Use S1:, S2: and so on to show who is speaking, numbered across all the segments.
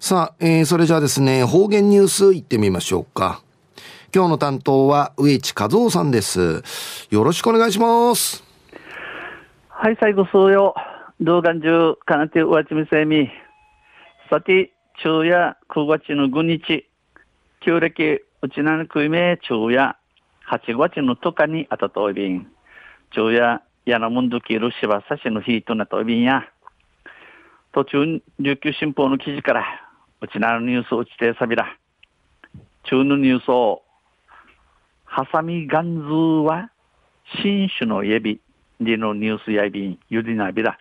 S1: さあ、それじゃあですね、方言ニュースいってみましょうか。今日の担当は植地和夫さんです。よろしくお願いします。
S2: はい、最後そうよ。動画中、かなてうわちみせみ。さて、昼夜9月の5日、旧暦、うちなぬくいめ昼夜、8月の10日にあたといびん。昼夜、やなもんどきるしばさしの日となといびんや。途中、琉球新報の記事から、うちなるニュースをちてさびら。中のニュースを、ハサミガンズーは、新種のエビ、でのニュースやいびん、ゆりなびら。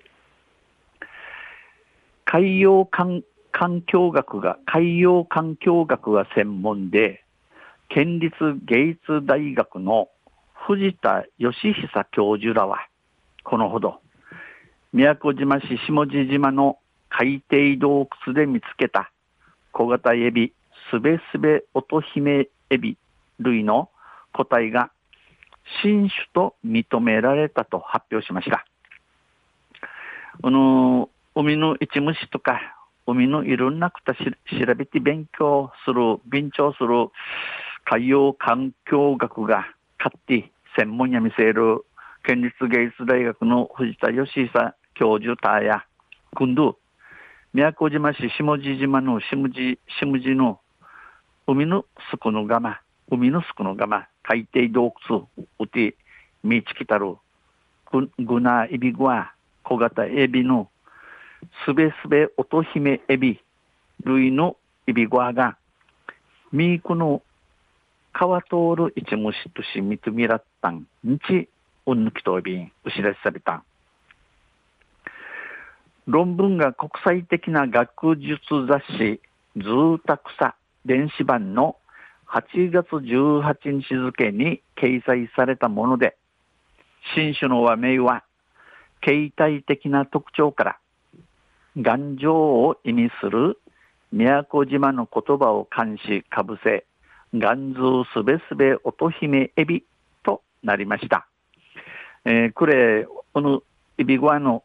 S2: 海洋環境学が専門で、県立芸術大学の藤田義久教授らは、このほど、宮古島市下地島の海底洞窟で見つけた小型エビ、すべすべ乙姫エビ類の個体が新種と認められたと発表しました。海の一虫とか、海のいろんなこと調べて勉強する海洋環境学が勝って専門や見せる県立芸術大学の藤田義久教授たや、今度、宮古島市下地島の下地の海のすくのがま、海底洞窟うて見つけたるグナエビグワ小型エビのすべすべ乙姫エビ類のエビグワがミークの川通る一虫としみとみらったんんちうんぬきとびんうしらしさびたん論文が国際的な学術雑誌ズータクサ電子版の8月18日付に掲載されたもので、新種の和名は形態的な特徴から頑丈を意味する宮古島の言葉を冠しかぶせ、頑丈すべすべ乙姫エビとなりました。これ、このエビグワの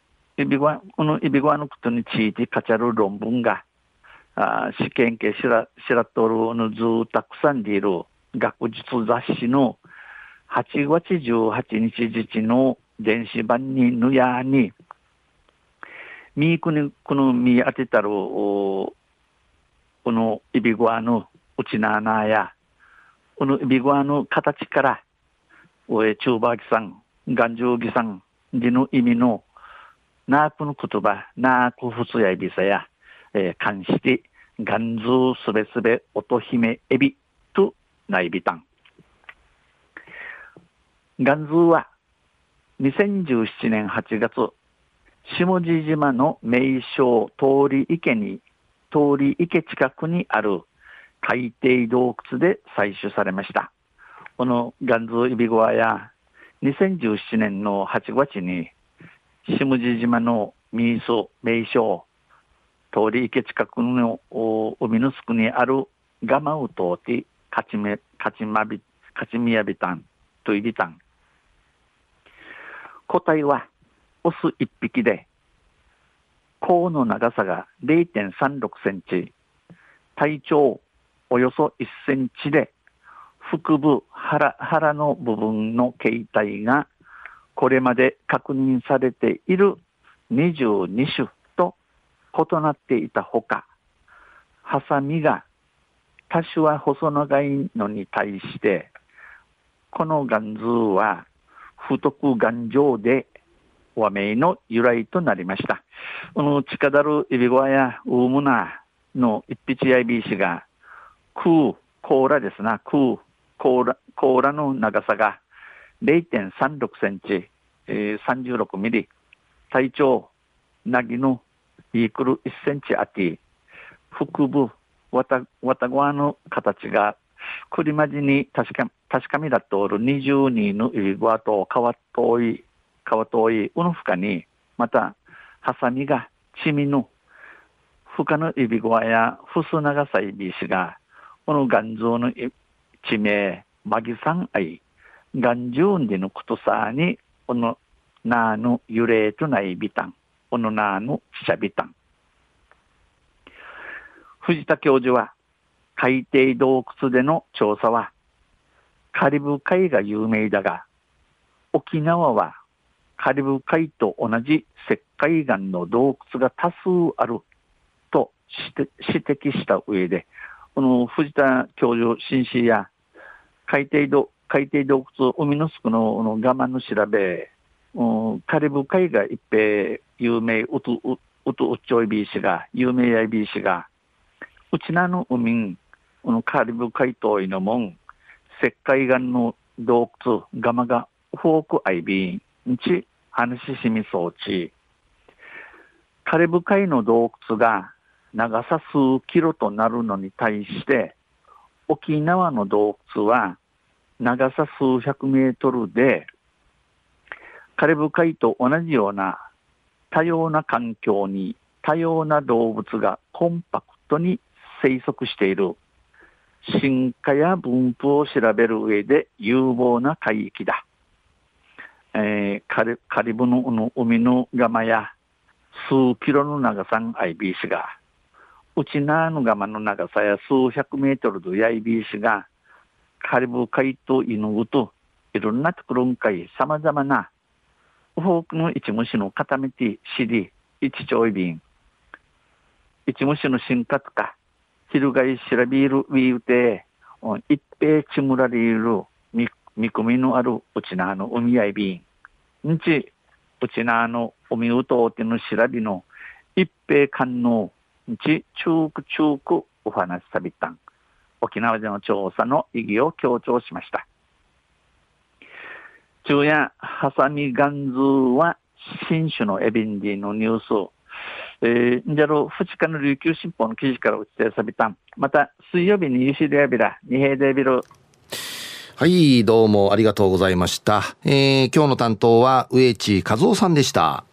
S2: ことについて語る論文が、試験系しらっとるのずたくさんでいる学術雑誌の8月18日時の電子版にぬやに、みーくにこの見当てたる、このイビグワのうちななや、このイビグワの形から、中バギさん、頑丈ギさん、での意味の、ナークの言葉、ナークフツやイビサや、関して、ガンズーすべすべ乙姫エビとないびたん。ガンズーは2017年8月、下地島の名勝通り池近くにある海底洞窟で採取されました。このガンズーイビゴワや2017年の8月に下地島の名勝通り池近くの海のすくにあるガマウトーティカチミヤビタンとイビタン。個体はオス1匹で、甲の長さが 0.36 センチ、体長およそ1センチで、腹部腹の部分の形態がこれまで確認されている22種異なっていたほか、ハサミが多種は細長いのに対して、このガンズーは太く頑丈で和名の由来となりました。このチカダルイビゴアやウームナの一匹やいびしが、甲羅ですな、甲羅の長さが 0.36 センチ、36ミリ、体長、なぎのイークル1センチあって腹部わたごわの形がくりまじに確かみだっておる22のイビゴアと川遠いうの深にまたハサミがチミの深のイビゴアやフス長さイビシがこの頑丈の地名マギサンアイ頑丈んでのことさにこのナーの揺れとないビタンこのナーのチチャビタン。 藤田教授は、海底洞窟での調査は、カリブ海が有名だが、沖縄はカリブ海と同じ石灰岩の洞窟が多数あると指摘した上で、この藤田教授新史や海底洞窟海のすくのガマの調べ、カリブ海が一平有名うとうちょいびいしが有名やいびいしがうちなの海カリブ海といのもん石灰岩の洞窟ガマがフォークアイビーんち話ししみそうちカリブ海の洞窟が長さ数キロとなるのに対して沖縄の洞窟は長さ数百メートルでカリブ海と同じような多様な環境に多様な動物がコンパクトに生息している進化や分布を調べる上で有望な海域だ。カリブの海のガマや数キロの長さんアイビーシがうちなのガマの長さや数百メートルのやいびいしがカリブ海とイヌグといろんなところんかい様々なフォークの一虫の固めてシリ一ちょいびん一虫の進化とか翻し調べるウィーテ一平ちむられる見込みのあるうちなの海やいびんんちうちなの海うとうての調べの一平観のんち中区お話しさびたん沖縄での調査の意義を強調しました。昼夜ハサミガンズは新種のエビンディのニュースじゃろ2日の琉球新報の記事から打ち出さびたんまた水曜日にユシデアビラ二平デビル
S1: はいどうもありがとうございました、今日の担当は植地和夫さんでした。